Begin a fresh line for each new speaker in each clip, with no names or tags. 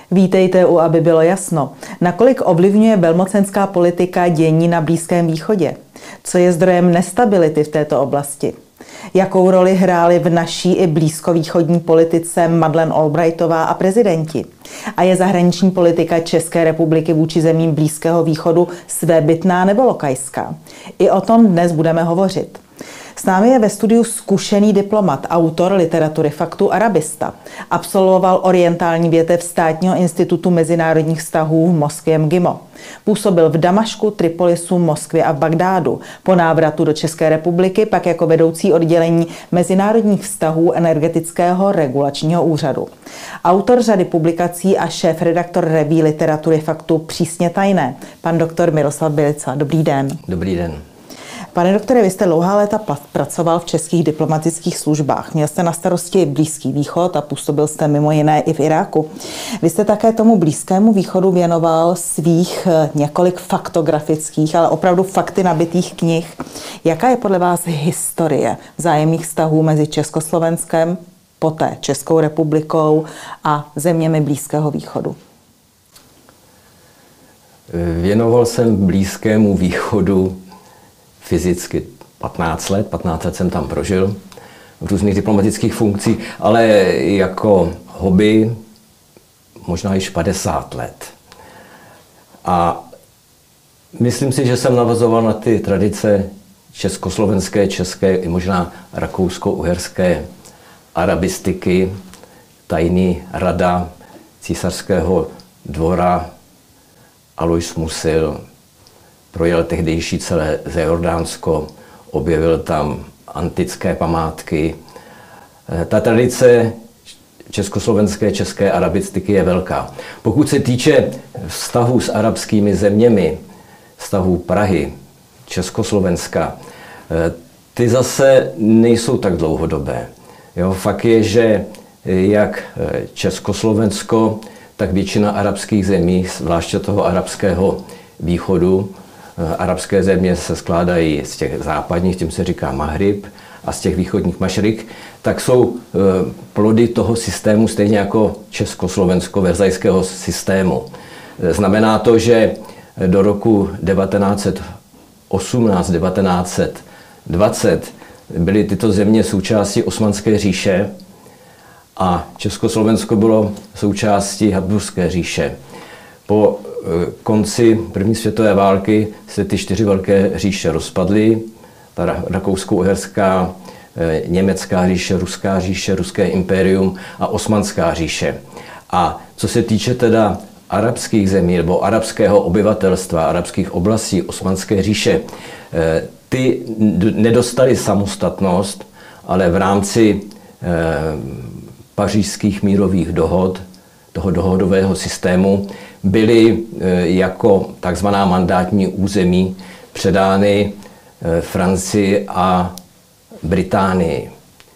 Vítejte u Aby bylo jasno. Nakolik ovlivňuje velmocenská politika dění na Blízkém východě? Co je zdrojem nestability v této oblasti? Jakou roli hrály v naší i blízkovýchodní politice Madeleine Albrightová a prezidenti? A je zahraniční politika České republiky vůči zemím Blízkého východu svébytná nebo lokajská? I o tom dnes budeme hovořit. S námi je ve studiu zkušený diplomat, autor literatury faktů, arabista. Absolvoval orientální větev Státního institutu mezinárodních vztahů v Moskvě MGIMO. Působil v Damašku, Tripolisu, Moskvě a v Bagdádu. Po návratu do České republiky pak jako vedoucí oddělení mezinárodních vztahů Energetického regulačního úřadu. Autor řady publikací a šéf-redaktor reví literatury faktů Přísně tajné. Pan doktor Miroslav Bělica. Dobrý den.
Dobrý den.
Pane doktore, vy jste dlouhá léta pracoval v českých diplomatických službách. Měl jste na starosti Blízký východ a působil jste mimo jiné i v Iráku. Vy jste také tomu Blízkému východu věnoval svých několik faktografických, ale opravdu fakty nabitých knih. Jaká je podle vás historie vzájemných vztahů mezi Československem, poté Českou republikou a zeměmi Blízkého východu?
Věnoval jsem Blízkému východu fyzicky 15 let jsem tam prožil v různých diplomatických funkcích, ale jako hobby možná již 50 let. A myslím si, že jsem navazoval na ty tradice československé, české i možná rakousko-uherské arabistiky, tajný rada císařského dvora Alois Musil projel tehdejší celé Jordánsko, objevil tam antické památky. Ta tradice československé, české arabistiky je velká. Pokud se týče vztahů s arabskými zeměmi, vztahů Prahy, Československa, ty zase nejsou tak dlouhodobé. Jo, fakt je, že jak Československo, tak většina arabských zemí, zvláště toho arabského východu, arabské země se skládají z těch západních, tím se říká Mahrib, a z těch východních Mašrik, tak jsou plody toho systému stejně jako československo-verzajského systému. Znamená to, že do roku 1918, 1920 byly tyto země součástí Osmanské říše a Československo bylo součástí Habsburské říše. Po konci první světové války se ty 4 velké říše rozpadly. Ta rakousko-uherská, německá říše, ruská říše, ruské impérium a osmanská říše. A co se týče teda arabských zemí nebo arabského obyvatelstva, arabských oblastí Osmanské říše, ty nedostali samostatnost, ale v rámci pařížských mírových dohod, toho dohodového systému, byly jako takzvaná mandátní území předány Francii a Británii.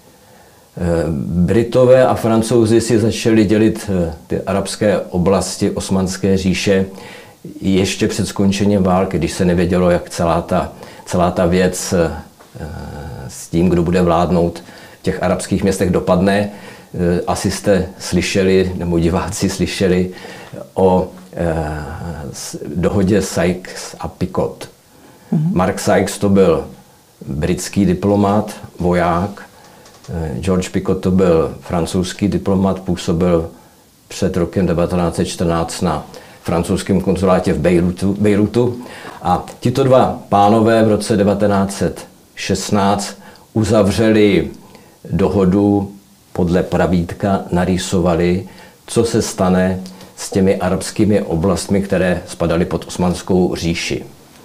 Britové a Francouzi si začali dělit ty arabské oblasti Osmanské říše ještě před skončením války, když se nevědělo, jak celá ta věc s tím, kdo bude vládnout v těch arabských městech, dopadne. Asi jste slyšeli, nebo diváci slyšeli o dohodě Sykes a Picot. Mark Sykes to byl britský diplomat, voják. George Picot to byl francouzský diplomat, působil před rokem 1914 na francouzském konzulátě v Bejrutu. A tito dva pánové v roce 1916 uzavřeli dohodu, podle pravítka narýsovali, co se stane s těmi arabskými oblastmi, které spadaly pod Osmanskou říši.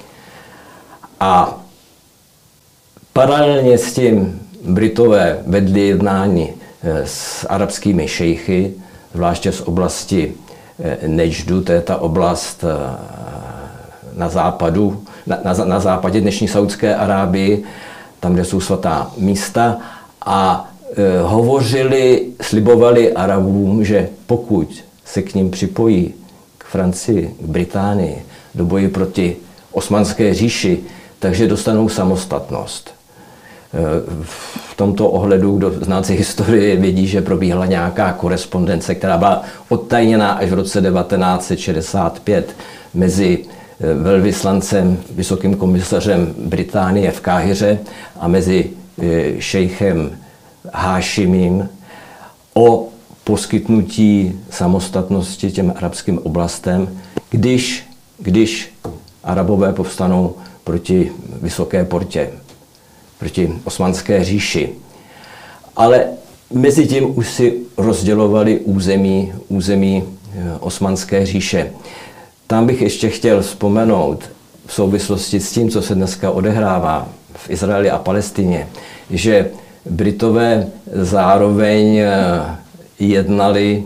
A paralelně s tím Britové vedli jednání s arabskými šejchy, zvláště z oblasti Neždu, to je ta oblast na západu, na západě dnešní Saúdské Arábii, tam, kde jsou svatá místa, a slibovali Arabům, že pokud se k ním připojí k Francii, k Británii, do boji proti Osmanské říši, takže dostanou samostatnost. V tomto ohledu, kdo znáci historie, vědí, že probíhala nějaká korespondence, která byla odtajněná až v roce 1965 mezi velvyslancem, vysokým komisařem Británie v Káhiře a mezi šejchem Hášimím o poskytnutí samostatnosti těm arabským oblastem, když Arabové povstanou proti Vysoké Portě, proti Osmanské říši. Ale mezi tím už si rozdělovali území Osmanské říše. Tam bych ještě chtěl vzpomenout v souvislosti s tím, co se dneska odehrává v Izraeli a Palestině, že Britové zároveň jednali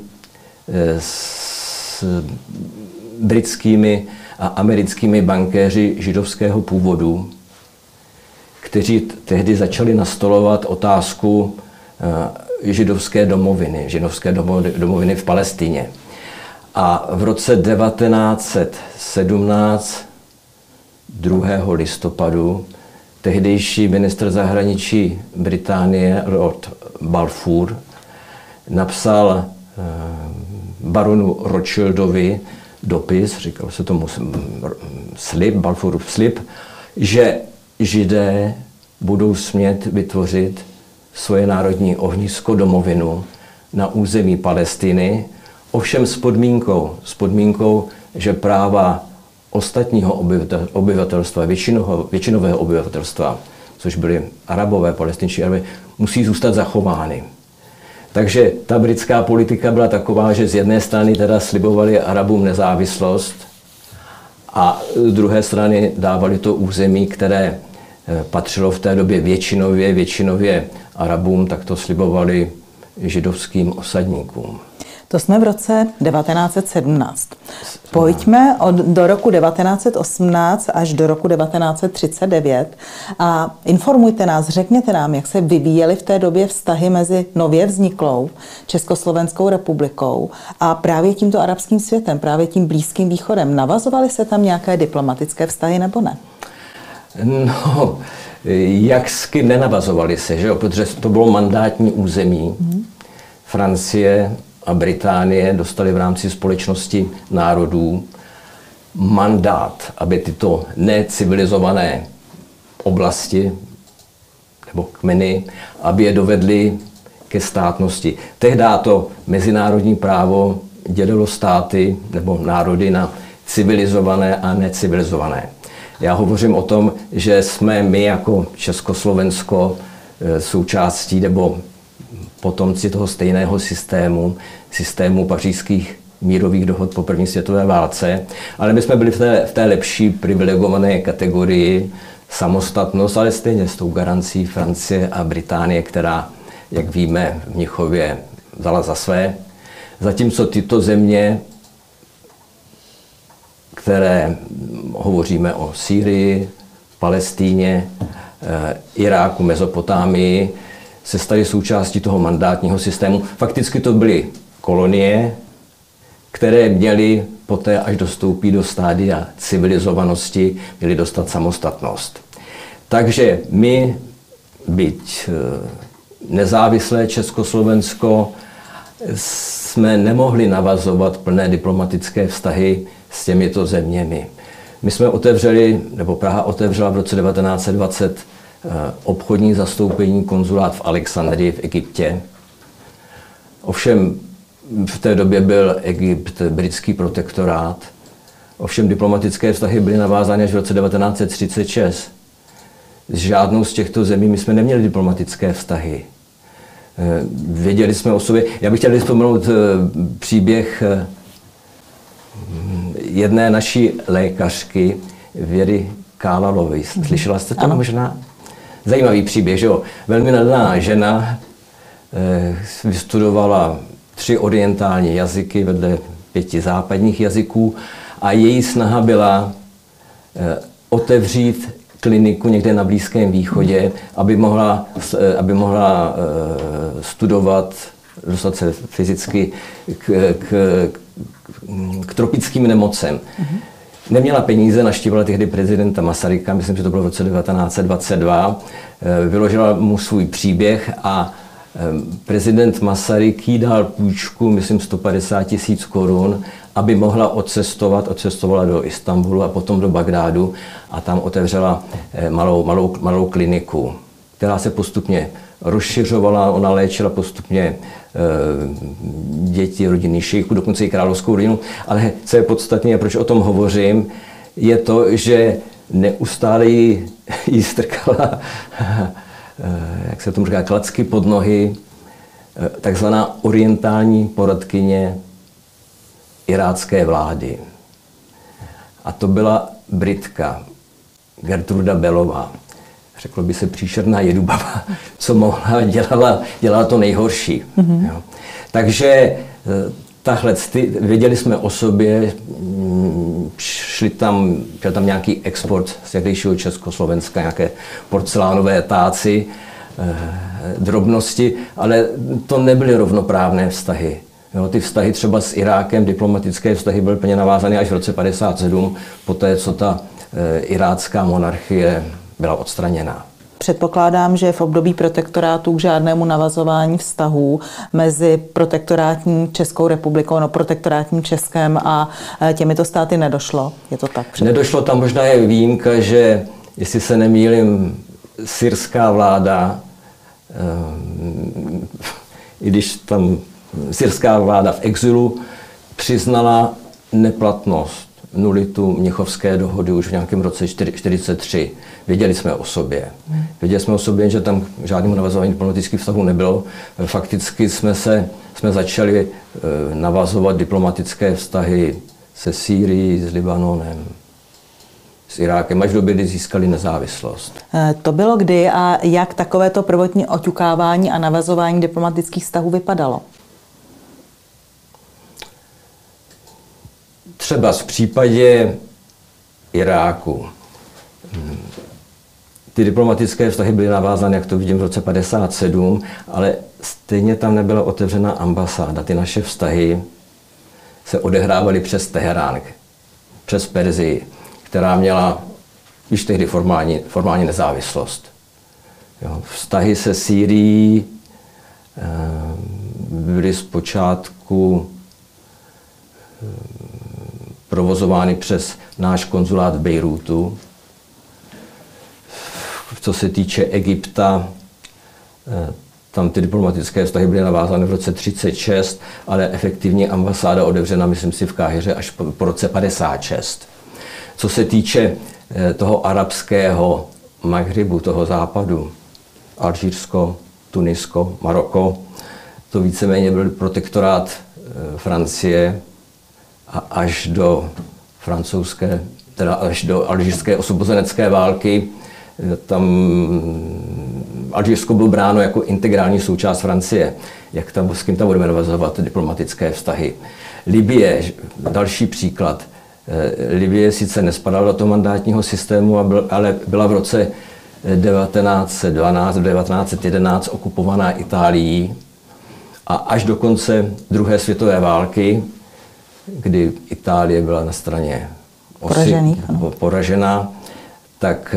s britskými a americkými bankéři židovského původu, kteří tehdy začali nastolovat otázku židovské domoviny v Palestině. A v roce 1917, 2. listopadu, tehdejší ministr zahraničí Británie Lord Balfour napsal baronu Rothschildovi dopis, říkal se tomu slib, Balfourův slib, že Židé budou smět vytvořit svoje národní ohnisko, domovinu na území Palestiny, ovšem s podmínkou, že práva ostatního obyvatelstva, většinového obyvatelstva, což byli Arabové, palestinští Arabové, musí zůstat zachovány. Takže ta britská politika byla taková, že z jedné strany teda slibovali Arabům nezávislost a z druhé strany dávali to území, které patřilo v té době většinově Arabům, tak to slibovali židovským osadníkům.
To jsme v roce 1917. Pojďme do roku 1918 až do roku 1939 a informujte nás, řekněte nám, jak se vyvíjely v té době vztahy mezi nově vzniklou Československou republikou a právě tímto arabským světem, právě tím Blízkým východem. Navazovaly se tam nějaké diplomatické vztahy nebo ne?
No, jaksky nenavazovaly se, že jo? Protože to bylo mandátní území. Francie a Británie dostali v rámci společnosti národů mandát, aby tyto necivilizované oblasti nebo kmeny, aby je dovedli ke státnosti. Tehdy to mezinárodní právo dělilo státy nebo národy na civilizované a necivilizované. Já hovořím o tom, že jsme my jako Československo součástí nebo potomci toho stejného systému pařížských mírových dohod po první světové válce, ale my jsme byli v té lepší privilegované kategorii samostatnost, ale stejně s tou garancí Francie a Británie, která, jak víme, v Mnichově vzala za své. Zatímco tyto země, které hovoříme o Sýrii, Palestíně, Iráku, Mezopotámii, se staly součástí toho mandátního systému. Fakticky to byly kolonie, které měly poté, až dostoupí do stádia civilizovanosti, měly dostat samostatnost. Takže my, byť nezávislé Československo, jsme nemohli navazovat plné diplomatické vztahy s těmito zeměmi. My jsme otevřeli, nebo Praha otevřela v roce 1920 obchodní zastoupení, konzulát v Alexandrii v Egyptě. Ovšem v té době byl Egypt britský protektorát. Ovšem diplomatické vztahy byly navázány až v roce 1936. S žádnou z těchto zemí my jsme neměli diplomatické vztahy. Věděli jsme o sobě. Já bych chtěl vzpomenout příběh jedné naší lékařky, Věry Kálalové. Slyšela jste to možná? Zajímavý příběh, že jo? Velmi nadaná žena vystudovala 3 orientální jazyky vedle 5 západních jazyků a její snaha byla otevřít kliniku někde na Blízkém východě, aby mohla studovat, dostat se fyzicky k tropickým nemocem. neměla peníze, navštívila tehdy prezidenta Masaryka, myslím, že to bylo v roce 1922, vyložila mu svůj příběh a prezident Masaryk jí dal půjčku, myslím 150 000 korun, aby mohla odcestovat. Odcestovala do Istanbulu a potom do Bagdádu a tam otevřela malou kliniku, která se postupně rozšiřovala, ona léčila postupně děti, rodiny šejchů, dokonce i královskou rodinu. Ale co je podstatné, a proč o tom hovořím, je to, že neustále jí strkala, jak se tomu říká, klacky pod nohy, takzvaná orientální poradkyně irácké vlády. A to byla Britka Gertruda Bellová. Řeklo by se příšerná jedubava, co mohla, dělala to nejhorší. Jo. Takže věděli jsme o sobě, šel tam nějaký export z někdejšího Československa, nějaké porcelánové táci, drobnosti, ale to nebyly rovnoprávné vztahy. Jo, ty vztahy třeba s Irákem, diplomatické vztahy byly plně navázané až v roce 1957, poté co ta irácká monarchie byla odstraněna.
Předpokládám, že v období protektorátu k žádnému navazování vztahů mezi protektorátní Českou republikou, protektorátním Českem a těmito státy nedošlo. Je to tak?
Nedošlo, tam možná je výjimka, že, jestli se nemýlím, syrská vláda, i když tam syrská vláda v exilu přiznala neplatnost, nulitu Mnichovské dohody už v nějakém roce 1943. Věděli jsme o sobě. Věděli jsme o sobě, že tam žádnému navazování diplomatických vztahů nebylo. Fakticky jsme začali navazovat diplomatické vztahy se Sýrií, s Libanonem, s Irákem, až v době, kdy získali nezávislost.
To bylo kdy a jak takovéto prvotní oťukávání a navazování diplomatických vztahů vypadalo?
Třeba v případě Iráku. Ty diplomatické vztahy byly navázány, jak to vidím, v roce 1957, ale stejně tam nebyla otevřena ambasáda. Ty naše vztahy se odehrávaly přes Teherán, přes Perzii, která měla již tehdy formální nezávislost. Jo, vztahy se Sýrií byly zpočátku provozovány přes náš konzulát v Bejrútu. Co se týče Egypta, tam ty diplomatické vztahy byly navázány v roce 1936, ale efektivní ambasáda otevřena, myslím si, v Káhiře až po roce 1956. Co se týče toho arabského Maghribu, toho západu, Alžírsko, Tunisko, Maroko, to víceméně byl protektorát Francie a až do francouzské, teda až do alžírské osvobozenecké války, tam Alžírsko bylo bráno jako integrální součást Francie. S kým tam budeme navazovat diplomatické vztahy? Libye, další příklad. Libye sice nespadala do toho mandátního systému, ale byla v roce 1911 okupovaná Itálií a až do konce druhé světové války, kdy Itálie byla na straně poražená, tak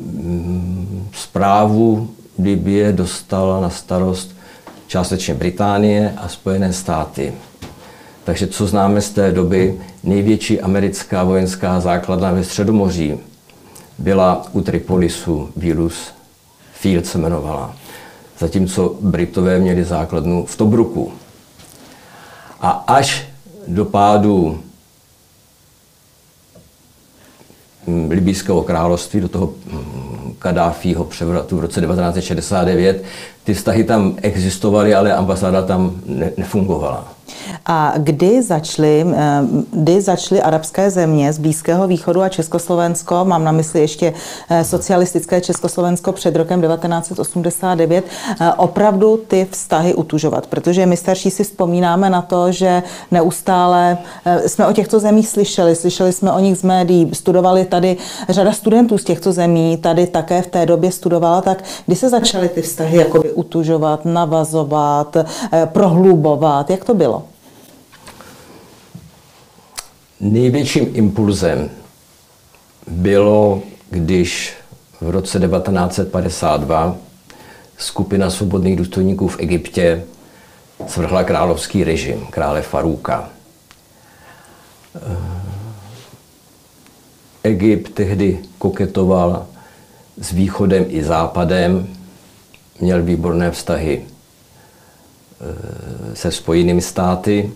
správu Libye dostala na starost částečně Británie a Spojené státy. Takže co známe z té doby, největší americká vojenská základna ve Středomoří byla u Tripolisu, Vilus Field se jmenovala. Zatímco Britové měli základnu v Tobruku. A až do pádu Libyjského království, do toho Kadáfího převratu v roce 1969, ty vztahy tam existovaly, ale ambasáda tam nefungovala.
A kdy začaly arabské země z Blízkého východu a Československo, mám na mysli ještě socialistické Československo před rokem 1989, opravdu ty vztahy utužovat? Protože my starší si vzpomínáme na to, že neustále jsme o těchto zemích slyšeli jsme o nich z médií, studovali tady řada studentů z těchto zemí, tady také v té době studovala, tak kdy se začaly ty vztahy jakoby utužovat, navazovat, prohlubovat, jak to bylo?
Největším impulzem bylo, když v roce 1952 skupina svobodných důstojníků v Egyptě svrhla královský režim, krále Faruka. Egypt tehdy koketoval s východem i západem, měl výborné vztahy se Spojenými státy,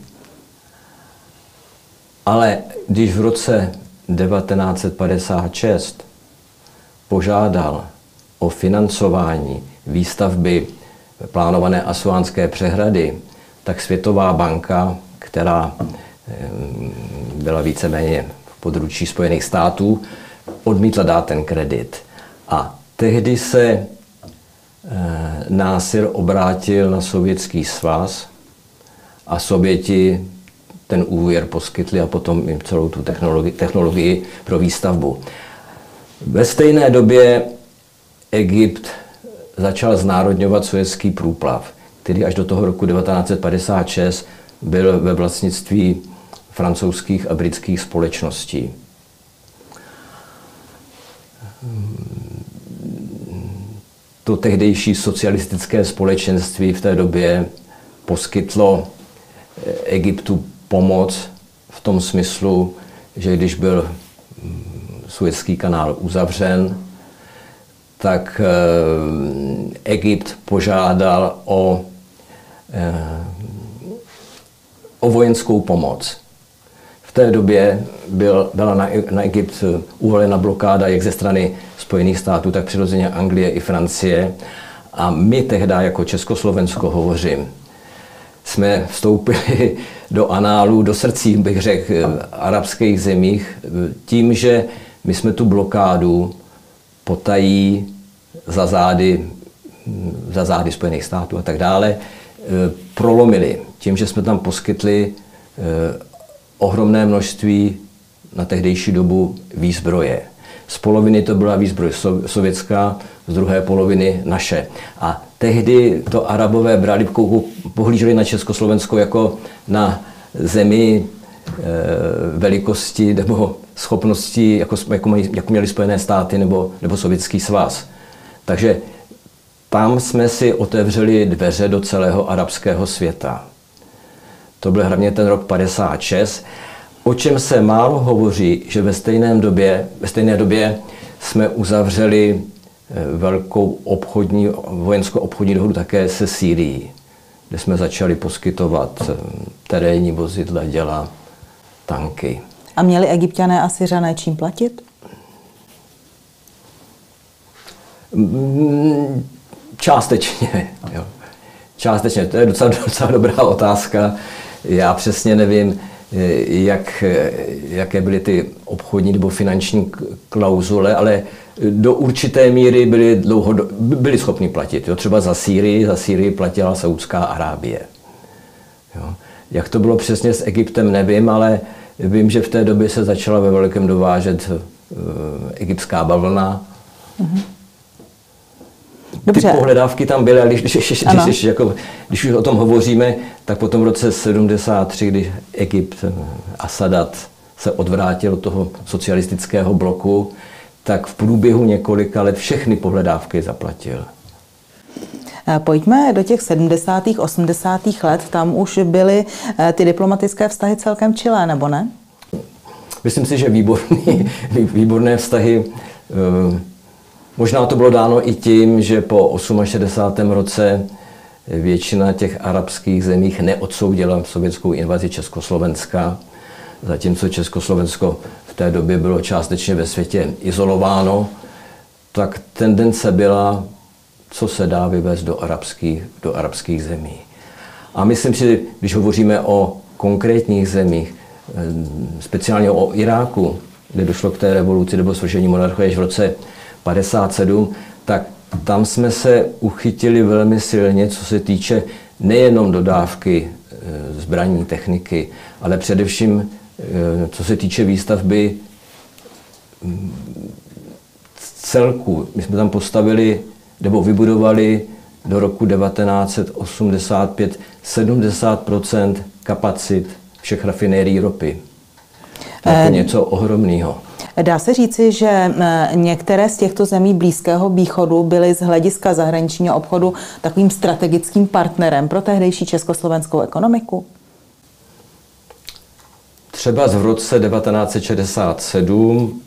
ale když v roce 1956 požádal o financování výstavby plánované Asuánské přehrady, tak Světová banka, která byla víceméně v područí Spojených států, odmítla dát ten kredit. A tehdy se Násir obrátil na Sovětský svaz a Sověti ten úvěr poskytli a potom jim celou tu technologii pro výstavbu. Ve stejné době Egypt začal znárodňovat Suezský průplav, který až do toho roku 1956 byl ve vlastnictví francouzských a britských společností. To tehdejší socialistické společenství v té době poskytlo Egyptu pomoc v tom smyslu, že když byl Suezský kanál uzavřen, tak Egypt požádal o vojenskou pomoc. V té době byla na Egypt uvalena blokáda jak ze strany Spojených států, tak přirozeně Anglie i Francie. A my tehdy jako Československo hovořím, jsme vstoupili do análů, do srdcí, bych řekl, arabských zemích tím, že my jsme tu blokádu potají za zády Spojených států a tak dále prolomili tím, že jsme tam poskytli ohromné množství na tehdejší dobu výzbroje. Z poloviny to byla výzbroj sovětská, z druhé poloviny naše. A tehdy to Arabové brali, pohlíželi na Československo jako na zemi velikosti nebo schopnosti, jako měly Spojené státy nebo Sovětský svaz. Takže tam jsme si otevřeli dveře do celého arabského světa. To byl hlavně ten rok 56, o čem se málo hovoří, že ve stejné době jsme uzavřeli velkou vojenskou obchodní dohodu také se Sýrií, kde jsme začali poskytovat terénní vozidla, děla, tanky.
A měli Egypťané a Syřané čím platit?
Částečně. Jo. Částečně. To je docela dobrá otázka. Já přesně nevím, jaké byly ty obchodní nebo finanční klauzule, ale do určité míry byli schopni platit. Jo. Třeba za Sýrii platila Saudská Arábie. Jo. Jak to bylo přesně s Egyptem, nevím, ale vím, že v té době se začala ve velkém dovážet egyptská bavlna. Mm-hmm. Ty pohledávky tam byly, ale když už o tom hovoříme, tak potom v roce 73, kdy Egypt a Sadat se odvrátil od toho socialistického bloku, tak v průběhu několika let všechny pohledávky zaplatil.
Pojďme do těch 70. 80. let, tam už byly ty diplomatické vztahy celkem čilé, nebo ne?
Myslím si, že výborné vztahy. Možná to bylo dáno i tím, že po 68. roce většina těch arabských zemích neodsoudila sovětskou invazi Československa, zatímco Československo v té době bylo částečně ve světě izolováno, tak tendence byla, co se dá vyvést do arabských zemí. A myslím si, když hovoříme o konkrétních zemích, speciálně o Iráku, kde došlo k té revoluci nebo svržení monarchie v roce 57, tak tam jsme se uchytili velmi silně, co se týče nejenom dodávky zbraní, techniky, ale především co se týče výstavby celku. My jsme tam postavili nebo vybudovali do roku 1985 70% kapacit všech rafinérií ropy. Jako něco ohromného.
Dá se říci, že některé z těchto zemí Blízkého východu byly z hlediska zahraničního obchodu takovým strategickým partnerem pro tehdejší československou ekonomiku?
Třeba v roce 1967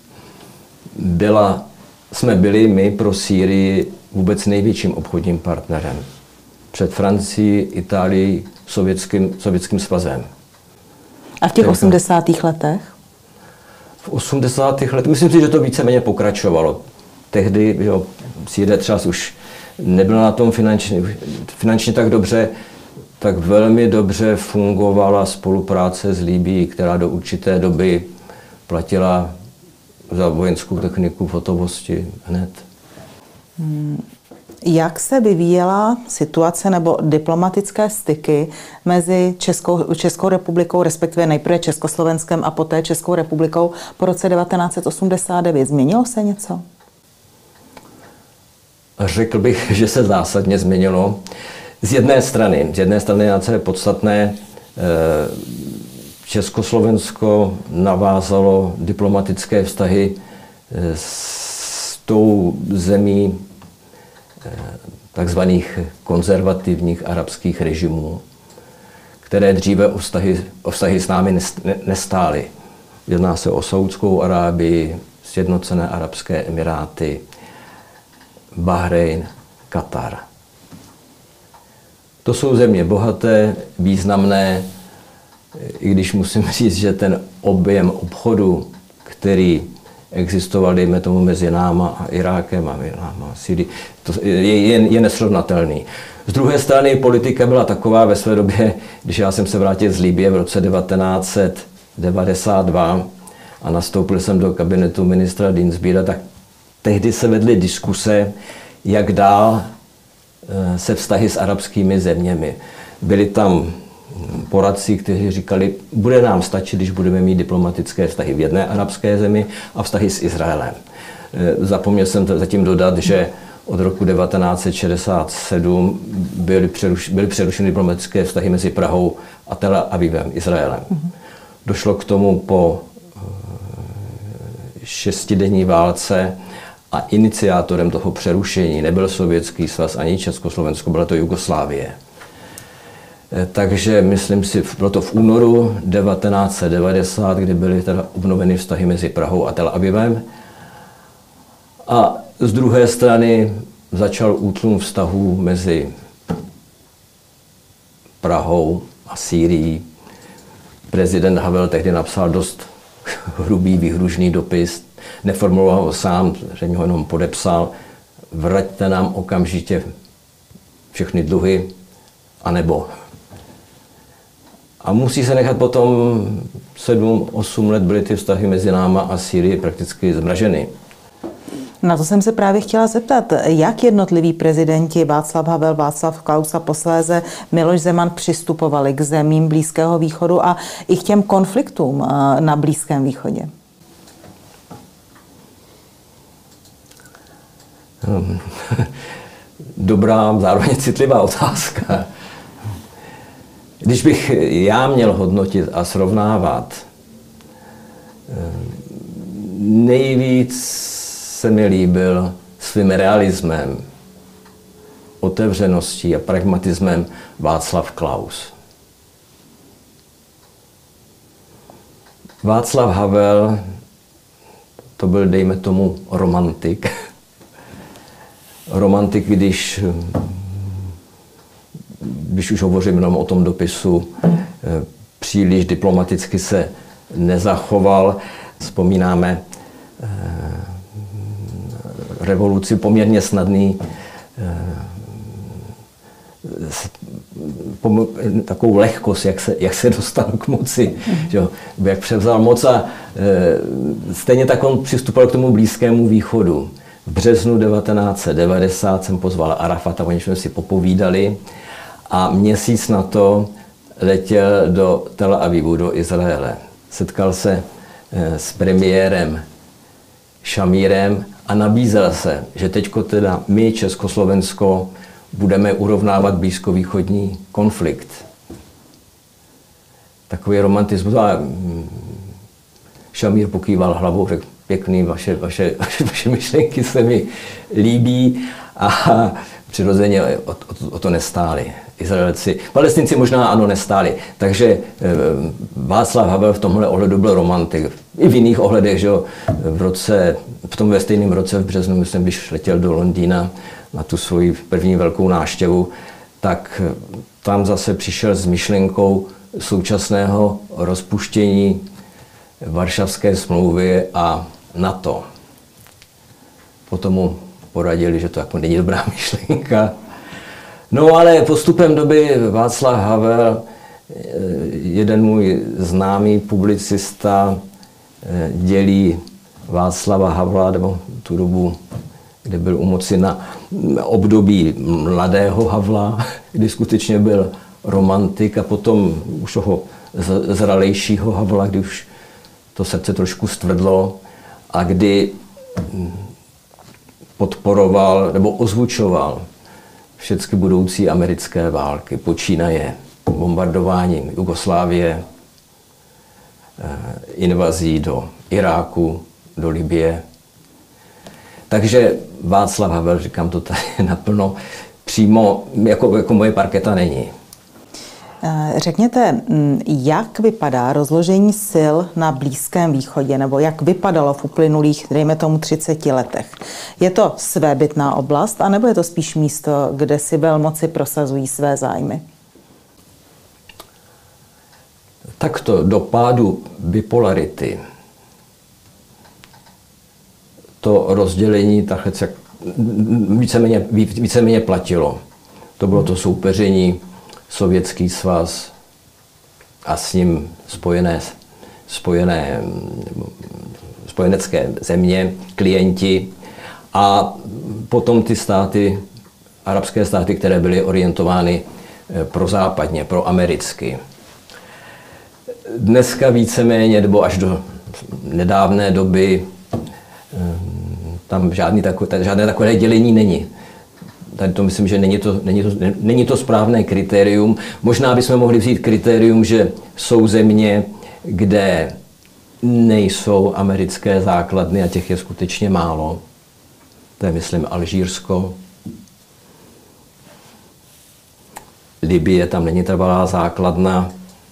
jsme byli my pro Sýrii vůbec největším obchodním partnerem. Před Francií, Itálií, Sovětským svazem.
A v těch 80. letech?
V 80. letech, myslím si, že to víceméně pokračovalo. Tehdy Sýrie třeba už nebyla na tom finančně tak dobře, tak velmi dobře fungovala spolupráce s Libyí, která do určité doby platila za vojenskou techniku v hotovosti hned.
Jak se vyvíjela situace nebo diplomatické styky mezi Českou republikou, respektive nejprve Československem a poté Českou republikou po roce 1989? Změnilo se něco?
Řekl bych, že se zásadně změnilo. Z jedné strany je podstatné, Československo navázalo diplomatické vztahy s tou zemí takzvaných konzervativních arabských režimů, které dříve o vztahy s námi nestály. Jedná se o Saudskou Arábii, Sjednocené arabské emiráty, Bahrajn, Katar. To jsou země bohaté, významné, i když musím říct, že ten objem obchodu, který existoval, dejme tomu, mezi náma a Irákem a Syrií, je nesrovnatelný. Z druhé strany politika byla taková ve své době, když já jsem se vrátil z Libye v roce 1992 a nastoupil jsem do kabinetu ministra Dienstbiera, tak tehdy se vedly diskuse, jak dál se vztahy s arabskými zeměmi. Byli tam poradci, kteří říkali, bude nám stačit, když budeme mít diplomatické vztahy v jedné arabské zemi a vztahy s Izraelem. Zapomněl jsem zatím dodat, že od roku 1967 byly přerušeny diplomatické vztahy mezi Prahou a Tel Avivem, Izraelem. Došlo k tomu po 6denní válce a iniciátorem toho přerušení nebyl Sovětský svaz ani Československo, byla to Jugoslávie. Takže myslím si, bylo to v únoru 1990, kdy byly teda obnoveny vztahy mezi Prahou a Tel Avivem. A z druhé strany začal útlum vztahů mezi Prahou a Sýrií. Prezident Havel tehdy napsal dost hrubý, výhružný dopis. Neformuloval ho sám, že ho jenom podepsal. Vraťte nám okamžitě všechny dluhy, anebo. A musí se nechat potom 7-8 let byly ty vztahy mezi náma a Sýrií prakticky zmraženy.
Na to jsem se právě chtěla zeptat, jak jednotliví prezidenti Václav Havel, Václav Klaus a posléze Miloš Zeman přistupovali k zemím Blízkého východu a i k těm konfliktům na Blízkém východě?
Dobrá, zároveň citlivá otázka. Když bych já měl hodnotit a srovnávat, nejvíc se mi líbil svým realismem, otevřeností a pragmatismem Václav Klaus. Václav Havel, to byl, dejme tomu, romantik. Romantik, když už hovořím jenom o tom dopisu, příliš diplomaticky se nezachoval. Vzpomínáme revoluci, poměrně snadný, takovou lehkost, jak se dostal k moci, jak převzal moc a stejně tak on přistupoval k tomu Blízkému východu. V březnu 1990 jsem pozval Arafata, o něm jsme si popovídali a měsíc na to letěl do Tel Avivu, do Izraele. Setkal se s premiérem Šamírem a nabízel se, že teďko teda my, Československo, budeme urovnávat blízkovýchodní konflikt. Takový romantismus. A Šamír pokýval hlavou, řekl, pěkný, vaše myšlenky se mi líbí a přirozeně o to nestáli. Izraelci, Palestinci možná ano nestáli. Takže Václav Havel v tomhle ohledu byl romantik. I v jiných ohledech, že jo, ve stejném roce v březnu, myslím, když letěl do Londýna na tu svoji první velkou návštěvu, tak tam zase přišel s myšlenkou současného rozpuštění Varšavské smlouvy a NATO. Potom mu poradili, že to jako není dobrá myšlenka. No ale postupem doby Václav Havel, jeden můj známý publicista, dělí Václava Havla, nebo tu dobu, kde byl u moci, na období mladého Havla, kdy skutečně byl romantik, a potom už toho zralejšího Havla, kdy už to srdce trošku stvrdlo a kdy podporoval nebo ozvučoval všechny budoucí americké války, počínaje bombardováním Jugoslávie, invazí do Iráku, do Libye. Takže Václav Havel, říkám to tady naplno, přímo jako moje parketa není.
Řekněte, jak vypadá rozložení sil na Blízkém východě, nebo jak vypadalo v uplynulých, dejme tomu, 30 letech? Je to svébytná oblast, anebo je to spíš místo, kde si velmoci prosazují své zájmy?
Takto do pádu bipolarity to rozdělení takhle víceméně platilo. To bylo to soupeření Sovětský svaz a s ním spojenecké země, klienti, a potom ty státy, arabské státy, které byly orientovány prozápadně, proamericky. Dneska víceméně, nebo až do nedávné doby, tam žádné takové dělení není. Tady to myslím, že není to správné kritérium. Možná bychom mohli vzít kritérium, že jsou země, kde nejsou americké základny, a těch je skutečně málo. To je, myslím, Alžírsko. Libye, tam není trvalá základna.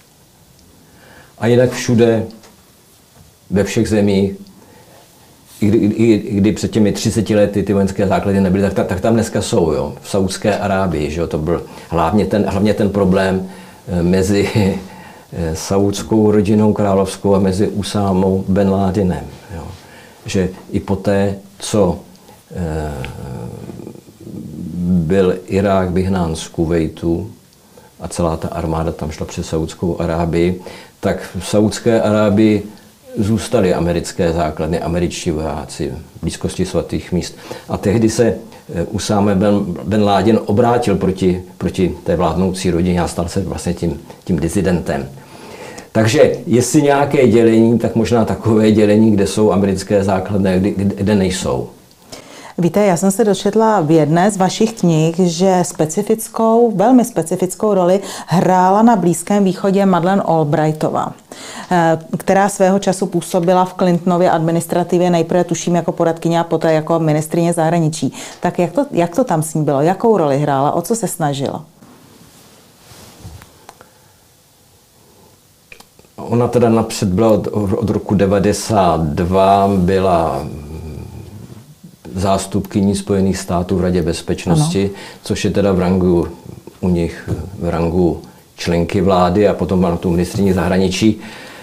A jinak všude, ve všech zemích, kdy před těmi 30 lety ty vojenské základy nebyly, tak tam dneska jsou. Jo? V Saúdské Arábii, že jo? To byl hlavně ten problém mezi saúdskou rodinou královskou a mezi Usámou Ben Ládinem. Jo? Že i poté, co byl Irák vyhnán z Kuvejtu a celá ta armáda tam šla přes Saúdskou Arábii, tak v Saúdské Arábii zůstaly americké základny, američtí vojáci v blízkosti svatých míst. A tehdy se Usáme Ben Ládin obrátil proti té vládnoucí rodině a stal se vlastně tím disidentem. Takže jestli nějaké dělení, tak možná takové dělení, kde jsou americké základny, kde nejsou.
Víte, já jsem se dočetla v jedné z vašich knih, že velmi specifickou roli hrála na Blízkém východě Madeleine Albrightová, která svého času působila v Clintonově administrativě, nejprve tuším jako poradkyně a poté jako ministryně zahraničí. Tak jak to tam s ní bylo? Jakou roli hrála? O co se snažila?
Ona teda napřed byla od roku 1992, byla zástupkyní Spojených států v Radě bezpečnosti, ano. Což je teda u nich v rangu členky vlády, a potom byla na tu ministryni zahraničí.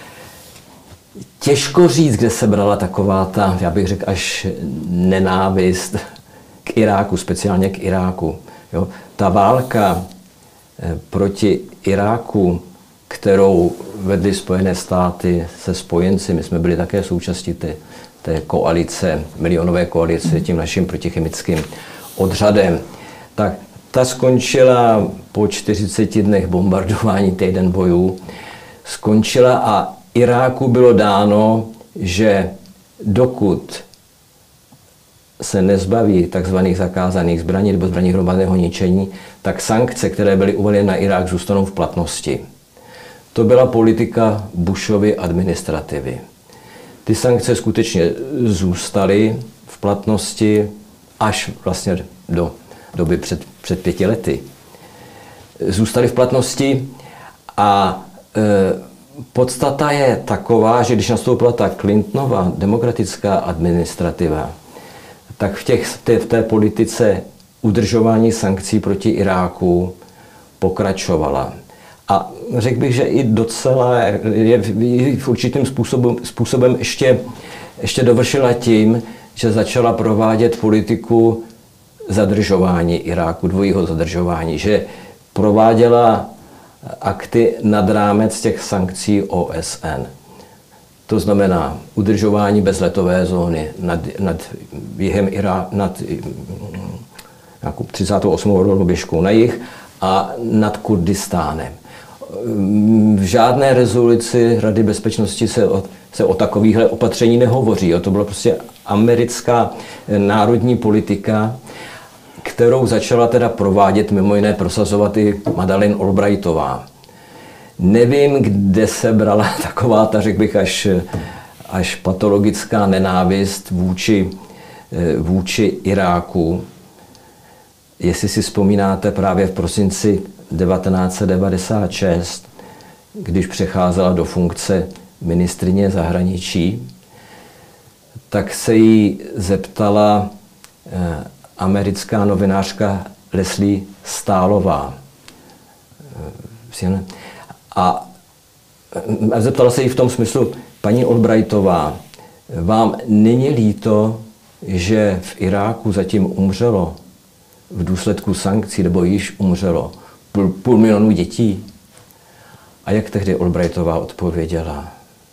Těžko říct, kde se brala taková ta, já bych řekl, až nenávist k Iráku, speciálně k Iráku. Jo? Ta válka proti Iráku, kterou vedly Spojené státy se spojenci, my jsme byli také součástí té koalice, milionové koalice, tím naším protichemickým odřadem, tak ta skončila po 40 dnech bombardování, týden bojů, skončila a Iráku bylo dáno, že dokud se nezbaví takzvaných zakázaných zbraní nebo zbraní hromadného ničení, tak sankce, které byly uvaleny na Irák, zůstanou v platnosti. To byla politika Bushovy administrativy. Ty sankce skutečně zůstaly v platnosti až vlastně do doby před 5 lety. Zůstaly v platnosti a podstata je taková, že když nastoupila ta Clintonova demokratická administrativa, tak v té politice udržování sankcí proti Iráku pokračovala. A řekl bych, že i docela je v určitým způsobem ještě dovršila tím, že začala provádět politiku zadržování Iráku, dvojího zadržování, že prováděla akty nad rámec těch sankcí OSN. To znamená udržování bezletové zóny nad jihem nad 38. rodoběžkou na jih a nad Kurdistánem. V žádné rezoluci Rady bezpečnosti se o takovýchhle opatření nehovoří. To byla prostě americká národní politika, kterou začala teda provádět, mimo jiné prosazovat i Madeleine Albrightová. Nevím, kde se brala taková ta, řekl bych, až patologická nenávist vůči Iráku. Jestli si vzpomínáte, právě v prosinci 1996, když přecházela do funkce ministryně zahraničí, tak se jí zeptala americká novinářka Leslie Stahlová. A zeptala se jí v tom smyslu, paní Albrightová, vám není líto, že v Iráku zatím umřelo v důsledku sankcí, nebo již umřelo půl milionu dětí? A jak tehdy Albrightová odpověděla?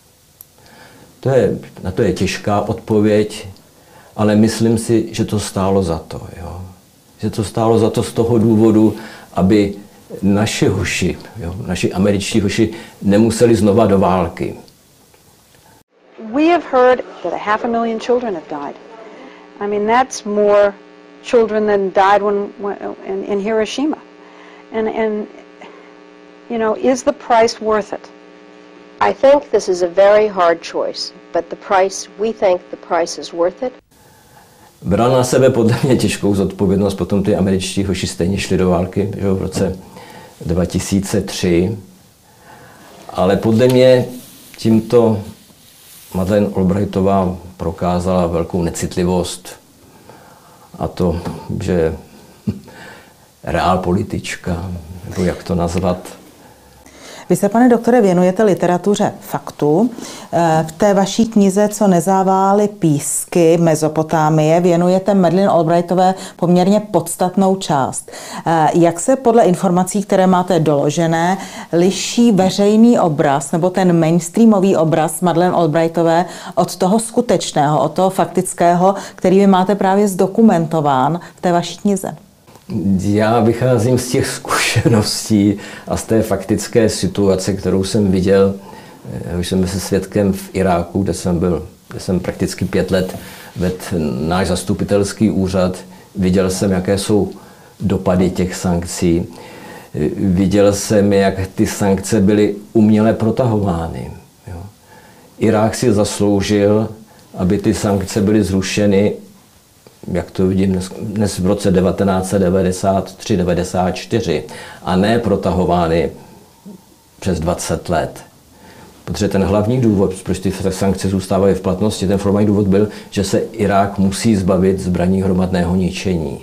Na to je těžká odpověď, ale myslím si, že to stálo za to. Jo? Že to stálo za to z toho důvodu, aby naši hoši, naši američtí hoši nemuseli znova do války.
We have heard that 500,000 children have died. I mean, that's more children than died in Hiroshima. And you know, is the price worth it?
I think this is a very hard choice, but we think the price is worth it.
Bral na sebe podle mě těžkou zodpovědnost, potom ty američtí hoši stejně šli do války, že v roce 2003. Ale podle mě tímto Madeleine Albrightová prokázala velkou necitlivost a to, že realpolitička, nebo jak to nazvat.
Vy se, pane doktore, věnujete literatuře faktů. V té vaší knize Co nezávály písky Mezopotámie věnujete Madeleine Albrightové poměrně podstatnou část. Jak se podle informací, které máte doložené, liší veřejný obraz nebo ten mainstreamový obraz Madeleine Albrightové od toho skutečného, od toho faktického, který vy máte právě zdokumentován v té vaší knize?
Já vycházím z těch zkušeností a z té faktické situace, kterou jsem viděl. Už jsem se svědkem v Iráku, kde jsem prakticky 5 let vedl náš zastupitelský úřad. Viděl jsem, jaké jsou dopady těch sankcí. Viděl jsem, jak ty sankce byly uměle protahovány. Irák si zasloužil, aby ty sankce byly zrušeny, jak to vidím dnes v roce 1993-94, a ne protahovány přes 20 let. Protože ten hlavní důvod, proč ty sankce zůstávají v platnosti, ten formální důvod byl, že se Irák musí zbavit zbraní hromadného ničení.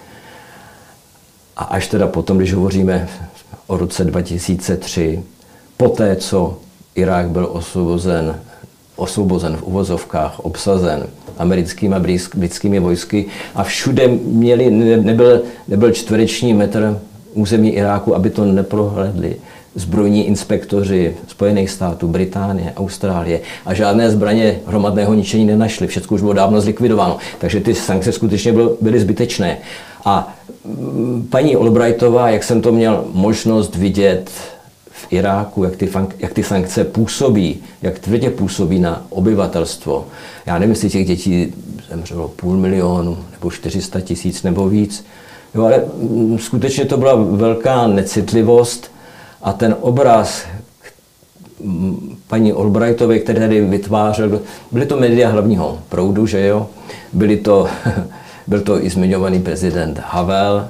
A až teda potom, když hovoříme o roce 2003, poté, co Irák byl osvobozen v uvozovkách, obsazen americkými a britskými vojsky a všude nebyl čtvereční metr území Iráku, aby to neprohlédli zbrojní inspektoři Spojených států, Británie, Austrálie a žádné zbraně hromadného ničení nenašli. Všechno už bylo dávno zlikvidováno. Takže ty sankce skutečně byly zbytečné. A paní Albrightová, jak jsem to měl možnost vidět v Iráku, jak ty sankce působí, jak tvrdě působí na obyvatelstvo. Já nevím, jestli těch dětí zemřelo 500 000 nebo 400 000 nebo víc. Jo, ale skutečně to byla velká necitlivost a ten obraz paní Albrightové, který tady vytvářel, byly to média hlavního proudu, že jo? Byl to i zmiňovaný prezident Havel.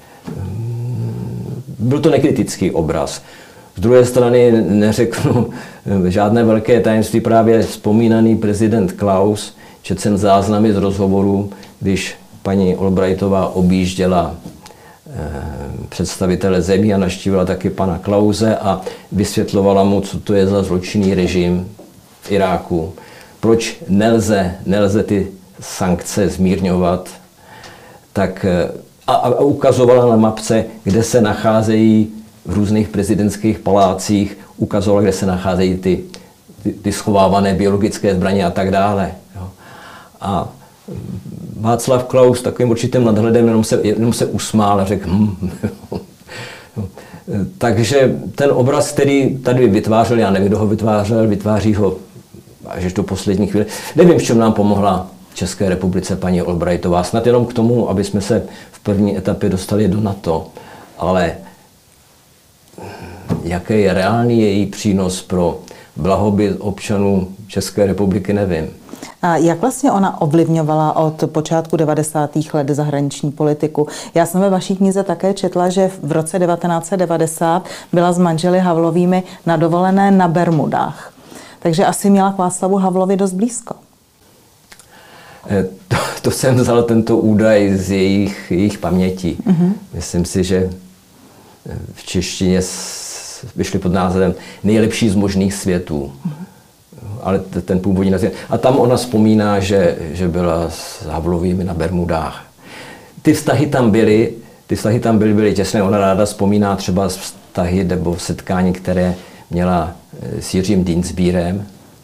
Byl to nekritický obraz. Z druhé strany neřeknu žádné velké tajemství, právě vzpomínaný prezident Klaus. Četl jsem záznamy z rozhovoru, když paní Albrightová objížděla představitele zemí a navštívila taky pana Klause a vysvětlovala mu, co to je za zločinný režim v Iráku, proč nelze ty sankce zmírňovat, tak a ukazovala na mapce, kde se nacházejí v různých prezidentských palácích, ukazovala, kde se nacházejí ty schovávané biologické zbraně a tak dále. A Václav Klaus takovým určitým nadhledem jenom se usmál a řekl Takže ten obraz, který tady vytvářel, já nevím, kdo ho vytvářel, vytváří ho až do poslední chvíle. Nevím, v čem nám pomohla České republice paní Albrightová. Snad jenom k tomu, aby jsme se v první etapě dostali do NATO. Ale jaký je reálný její přínos pro blahobyt občanů České republiky, nevím.
A jak vlastně ona ovlivňovala od počátku 90. let zahraniční politiku? Já jsem ve vaší knize také četla, že v roce 1990 byla s manželi Havlovými na dovolené na Bermudách. Takže asi měla k Václavu Havlovi dost blízko.
To jsem vzal tento údaj z jejich paměti. Mm-hmm. Myslím si, že v češtině vyšli pod názvem Nejlepší z možných světů. Mm-hmm. Ale ten původní název. A tam ona vzpomíná, že byla s Havlovými na Bermudách. Ty vztahy tam byly těsné. Ona ráda vzpomíná třeba vztahy nebo setkání, které měla s Jiřím Dienstbierem.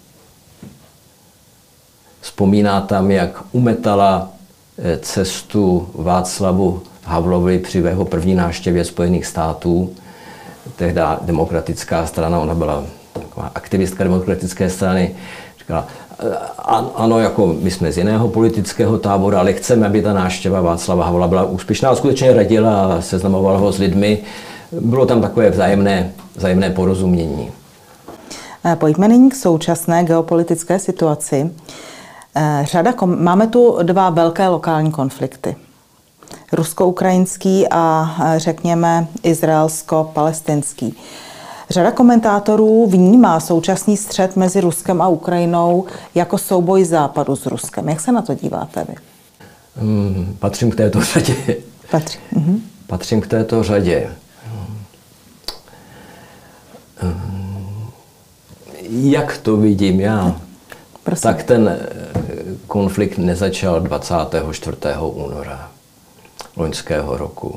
Vzpomíná tam, jak umetala cestu Václavu Havlovi při jeho první návštěvě Spojených států. Tehdy demokratická strana, ona byla taková aktivistka demokratické strany, říkala, ano, jako my jsme z jiného politického tábora, ale chceme, aby ta návštěva Václava Havla byla úspěšná. A skutečně radila a seznamovala ho s lidmi. Bylo tam takové vzájemné porozumění.
Pojďme nyní k současné geopolitické situaci. Máme tu dva velké lokální konflikty. Rusko-ukrajinský a řekněme izraelsko-palestinský. Řada komentátorů vnímá současný střet mezi Ruskem a Ukrajinou jako souboj Západu s Ruskem. Jak se na to díváte vy?
Patřím k této řadě. Patřím k této řadě. Jak to vidím já? Prosím. Tak ten konflikt nezačal 24. února loňského roku.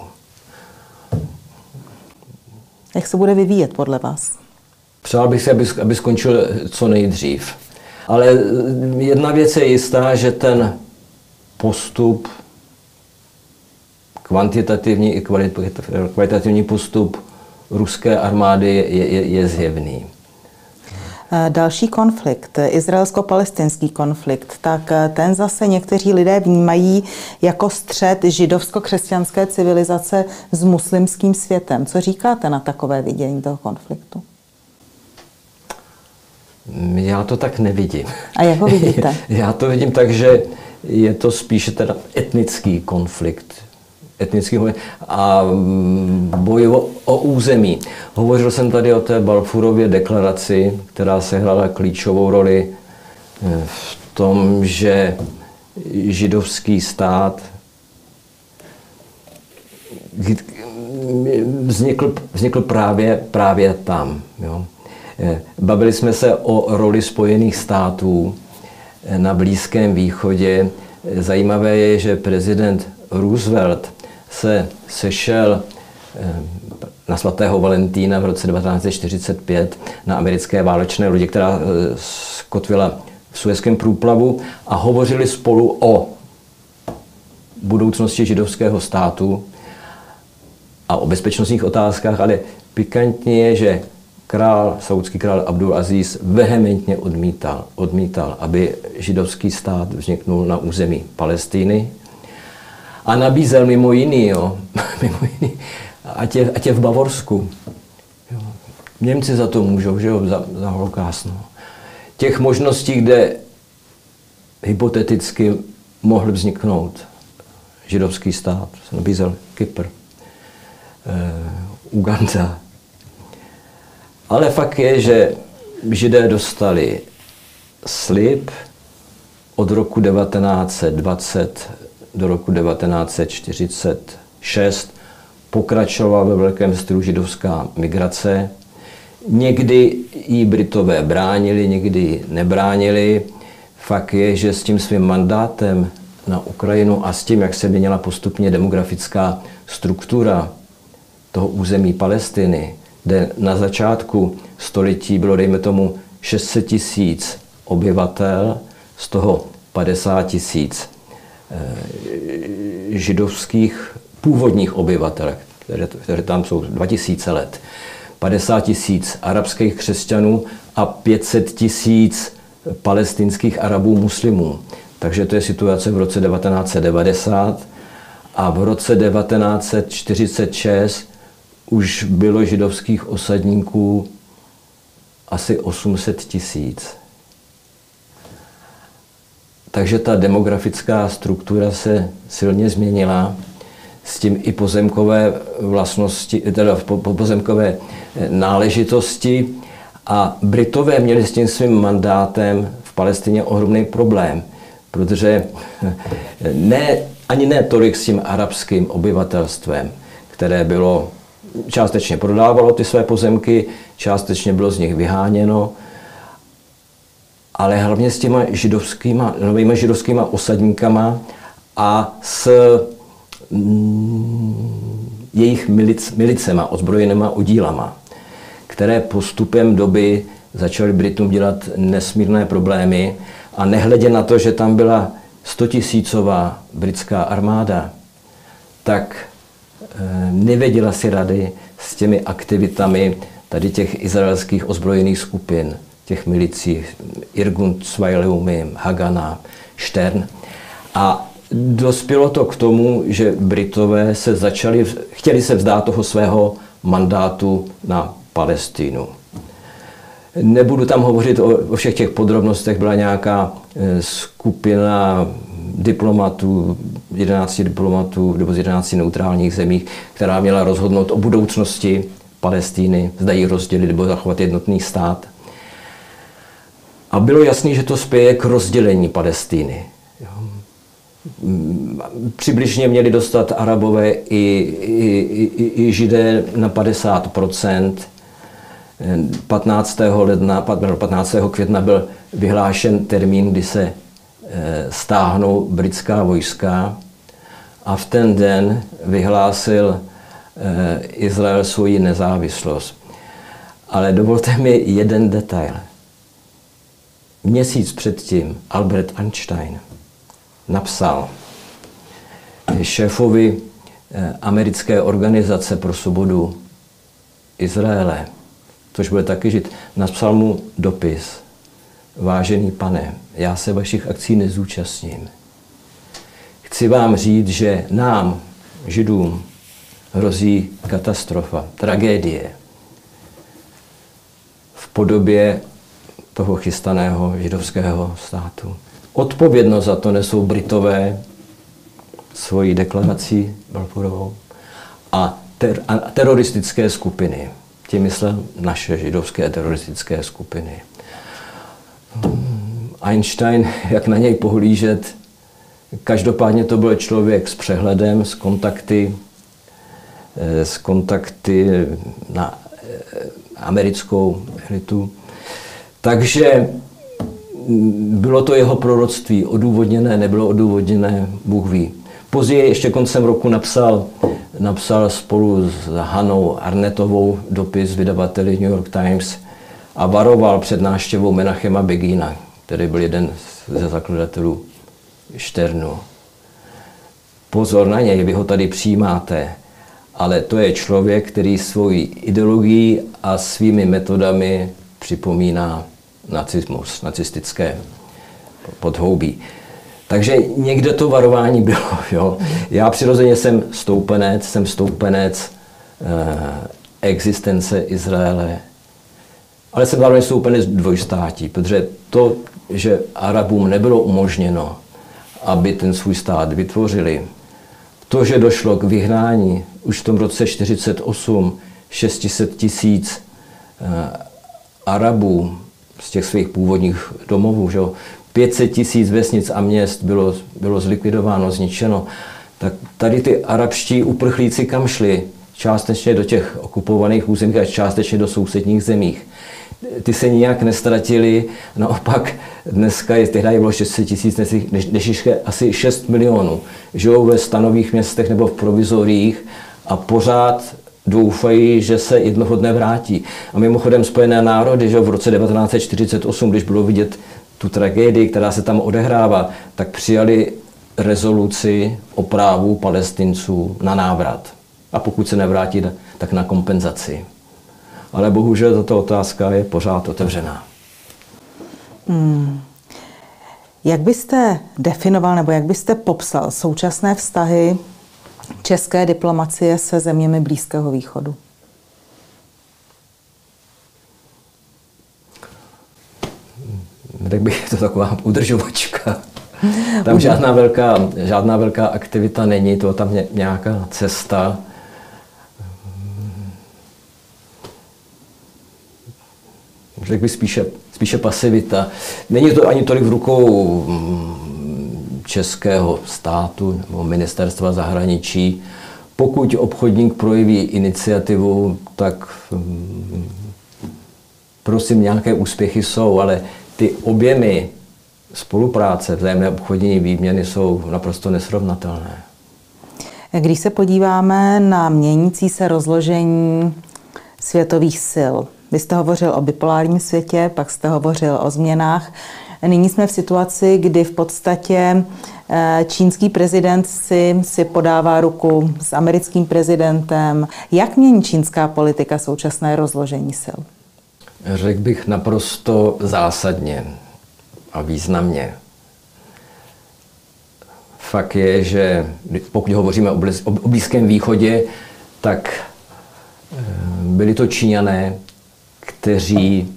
Jak se bude vyvíjet podle vás?
Přál bych si, aby skončil co nejdřív. Ale jedna věc je jistá, že ten postup, kvantitativní i kvalitativní postup ruské armády je zjevný.
Další konflikt, izraelsko-palestinský konflikt, tak ten zase někteří lidé vnímají jako střet židovsko-křesťanské civilizace s muslimským světem. Co říkáte na takové vidění toho konfliktu?
Já to tak nevidím.
A jak ho vidíte?
Já to vidím tak, že je to spíše teda etnický konflikt. A boj o území. Hovořil jsem tady o té Balfourově deklaraci, která sehrála klíčovou roli v tom, že židovský stát vznikl právě tam. Jo. Bavili jsme se o roli Spojených států na Blízkém východě. Zajímavé je, že prezident Roosevelt se sešel na svatého Valentína v roce 1945 na americké válečné lodi, která skotvila v Suezském průplavu, a hovořili spolu o budoucnosti židovského státu a o bezpečnostních otázkách, ale pikantně je, že saúdský král Abdul Aziz vehementně odmítal, aby židovský stát vzniknul na území Palestiny. A nabízel mimo jiný, ať je v Bavorsku. Jo. Němci za to můžou, že jo, za holokaust. No. Těch možností, kde hypoteticky mohl vzniknout židovský stát, se nabízel Kypr, Uganda. Ale fakt je, že Židé dostali slib od roku 1920 do roku 1946. Pokračovala ve velkém stylu židovská migrace. Někdy jí Britové bránili, někdy ji nebránili. Fakt je, že s tím svým mandátem na Ukrajinu a s tím, jak se měnila postupně demografická struktura toho území Palestiny, kde na začátku století bylo, dejme tomu, 600 000 obyvatel, z toho 50 000 židovských původních obyvatel, které tam jsou 2000 let, 50 000 arabských křesťanů a 500 000 palestinských Arabů muslimů. Takže to je situace v roce 1990 a v roce 1946 už bylo židovských osadníků asi 800 000. Takže ta demografická struktura se silně změnila, s tím i pozemkové vlastnosti, teda pozemkové náležitosti. A Britové měli s tím svým mandátem v Palestině ohromný problém, protože ani ne tolik s tím arabským obyvatelstvem, které bylo částečně prodávalo ty své pozemky, částečně bylo z nich vyháněno, ale hlavně s těma novými židovskýma osadníkama a s jejich milicema, ozbrojenýma oddílama, které postupem doby začaly Britům dělat nesmírné problémy a nehledě na to, že tam byla 100 000 britská armáda, tak nevěděla si rady s těmi aktivitami tady těch izraelských ozbrojených skupin, těch milicí, Irgun Tzvajleumim, Hagana, Stern. A dospělo to k tomu, že Britové chtěli se vzdát toho svého mandátu na Palestínu. Nebudu tam hovořit o všech těch podrobnostech, byla nějaká skupina diplomatů, 11 diplomatů nebo z 11 neutrálních zemí, která měla rozhodnout o budoucnosti Palestíny, zda ji rozdělit nebo zachovat jednotný stát. A bylo jasné, že to spěje k rozdělení Palestíny. Přibližně měli dostat Arabové i Židé na 50%. 15. května byl vyhlášen termín, kdy se stáhnou britská vojska a v ten den vyhlásil Izrael svoji nezávislost. Ale dovolte mi jeden detail. Měsíc předtím Albert Einstein napsal šéfovi americké organizace pro svobodu Izraele, což bude taky Žid, napsal mu dopis. Vážený pane, já se vašich akcí nezúčastním. Chci vám říct, že nám, Židům, hrozí katastrofa, tragédie v podobě toho chystaného židovského státu. Odpovědnost za to nesou Britové svojí deklarací Balfourovou a teroristické skupiny. Tím myslel naše židovské teroristické skupiny. Einstein, jak na něj pohlížet, každopádně to byl člověk s přehledem, s kontakty na americkou elitu. Takže bylo to jeho proroctví odůvodněné, nebylo odůvodněné, Bůh ví. Později ještě koncem roku napsal spolu s Hanou Arnettovou dopis vydavateli New York Times a varoval před návštěvou Menachema Begina, který byl jeden ze zakladatelů Šternu. Pozor na něj, vy ho tady přijímáte, ale to je člověk, který svojí ideologií a svými metodami připomíná nacismus, nacistické podhoubí. Takže někde to varování bylo. Jo. Já přirozeně jsem stoupenec existence Izraele, Ale jsem zároveň jsou úplně dvojstátí, protože to, že Arabům nebylo umožněno, aby ten svůj stát vytvořili, to, že došlo k vyhnání už v tom roce 1948 600 000 Arabů z těch svých původních domovů, že 500 000 vesnic a měst bylo zlikvidováno, zničeno, tak tady ty arabští uprchlíci kam šli? Částečně do těch okupovaných území a částečně do sousedních zemích. Ty se nijak nestratili, naopak dneska tehdy bylo 600 000, dnes je asi 6 milionů. Žijou ve stanových městech nebo v provizoriích a pořád doufají, že se jednoho dne vrátí. A mimochodem Spojené národy, že v roce 1948, když bylo vidět tu tragédii, která se tam odehrává, tak přijali rezoluci o právu Palestinců na návrat. A pokud se nevrátí, tak na kompenzaci. Ale bohužel tato otázka je pořád otevřená.
Jak byste definoval nebo jak byste popsal současné vztahy české diplomacie se zeměmi Blízkého východu?
Tak bych to taková udržovačka. Tam žádná velká aktivita není, to tam nějaká cesta. Řekl bych spíše pasivita. Není to ani tolik v rukou českého státu nebo ministerstva zahraničí. Pokud obchodník projeví iniciativu, tak prosím, nějaké úspěchy jsou, ale ty objemy spolupráce, vzájemné obchodní výměny jsou naprosto nesrovnatelné.
Když se podíváme na měnící se rozložení světových sil, vy jste hovořil o bipolárním světě, pak jste hovořil o změnách. Nyní jsme v situaci, kdy v podstatě čínský prezident si podává ruku s americkým prezidentem. Jak mění čínská politika současné rozložení sil?
Řekl bych naprosto zásadně a významně. Fakt je, že pokud hovoříme o Blízkém východě, tak byli to Číňané, kteří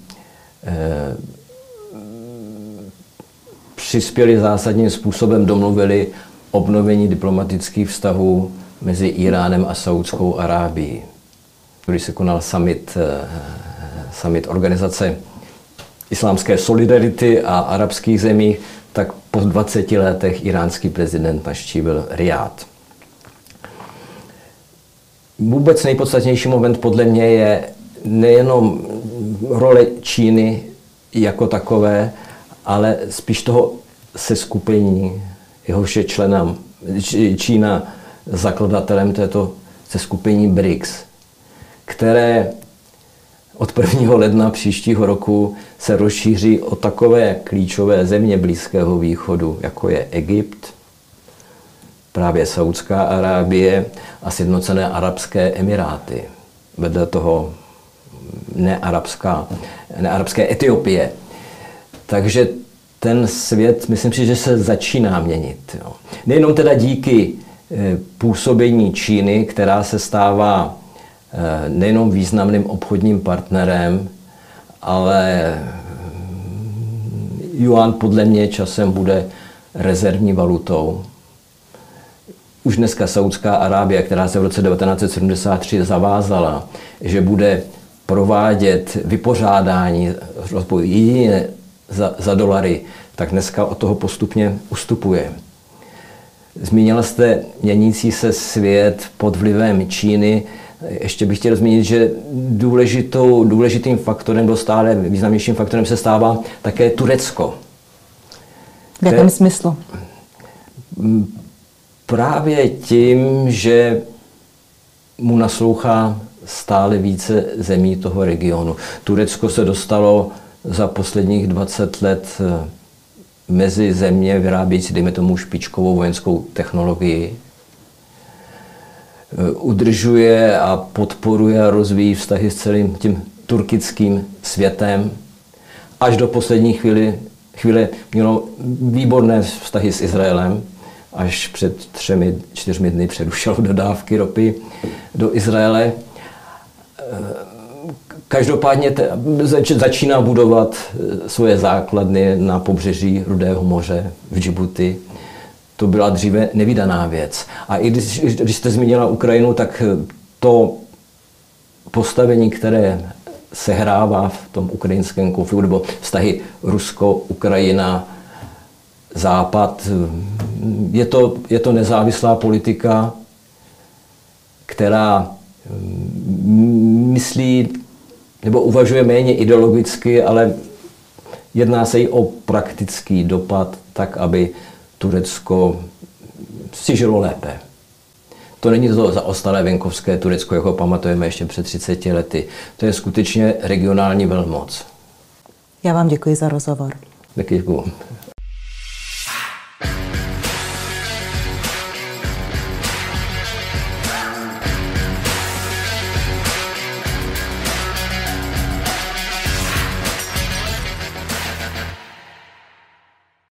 přispěli zásadním způsobem, domluvili obnovení diplomatických vztahů mezi Iránem a Saúdskou Arábií. Když se konal summit organizace islámské solidarity a arabských zemí, tak po 20 letech iránský prezident navštívil Rijád. Vůbec nejpodstatnější moment podle mě je nejenom role Číny jako takové, ale spíš toho seskupení, jehož je členem Čína zakladatelem této seskupení BRICS, které od 1. ledna příštího roku se rozšíří o takové klíčové země Blízkého východu, jako je Egypt, právě Saúdská Arábie a Sjednocené arabské emiráty. Vedle toho nearabské Etiopie. Takže ten svět, myslím si, že se začíná měnit. Jo. Nejenom teda díky působení Číny, která se stává nejenom významným obchodním partnerem, ale juan podle mě časem bude rezervní valutou. Už dneska Saúdská Arábie, která se v roce 1973 zavázala, že bude provádět vypořádání jedině za dolary, tak dneska od toho postupně ustupuje. Zmínila jste měnící se svět pod vlivem Číny. Ještě bych chtěl zmínit, že důležitým faktorem, nebo stále významnějším faktorem se stává také Turecko.
V jakém smyslu?
Právě tím, že mu naslouchá stále více zemí toho regionu. Turecko se dostalo za posledních 20 let mezi země vyrábějící, dejme tomu, špičkovou vojenskou technologii. Udržuje a podporuje a rozvíjí vztahy s celým tím turkickým světem. Až do poslední chvíle mělo výborné vztahy s Izraelem. Až před 3-4 dny přerušilo dodávky ropy do Izraele. každopádně začíná budovat svoje základny na pobřeží Rudého moře v Džibuti. To byla dříve nevídaná věc. A i když jste zmínila Ukrajinu, tak to postavení, které sehrává v tom ukrajinském konfliktu, nebo vztahy Rusko, Ukrajina, Západ, je to nezávislá politika, která myslí nebo uvažuje méně ideologicky, ale jedná se i o praktický dopad, tak aby Turecko si žilo lépe. To není to zaostalé venkovské Turecko, jako pamatujeme ještě před 30 lety. To je skutečně regionální velmoc.
Já vám děkuji za rozhovor.
Taky děkuji.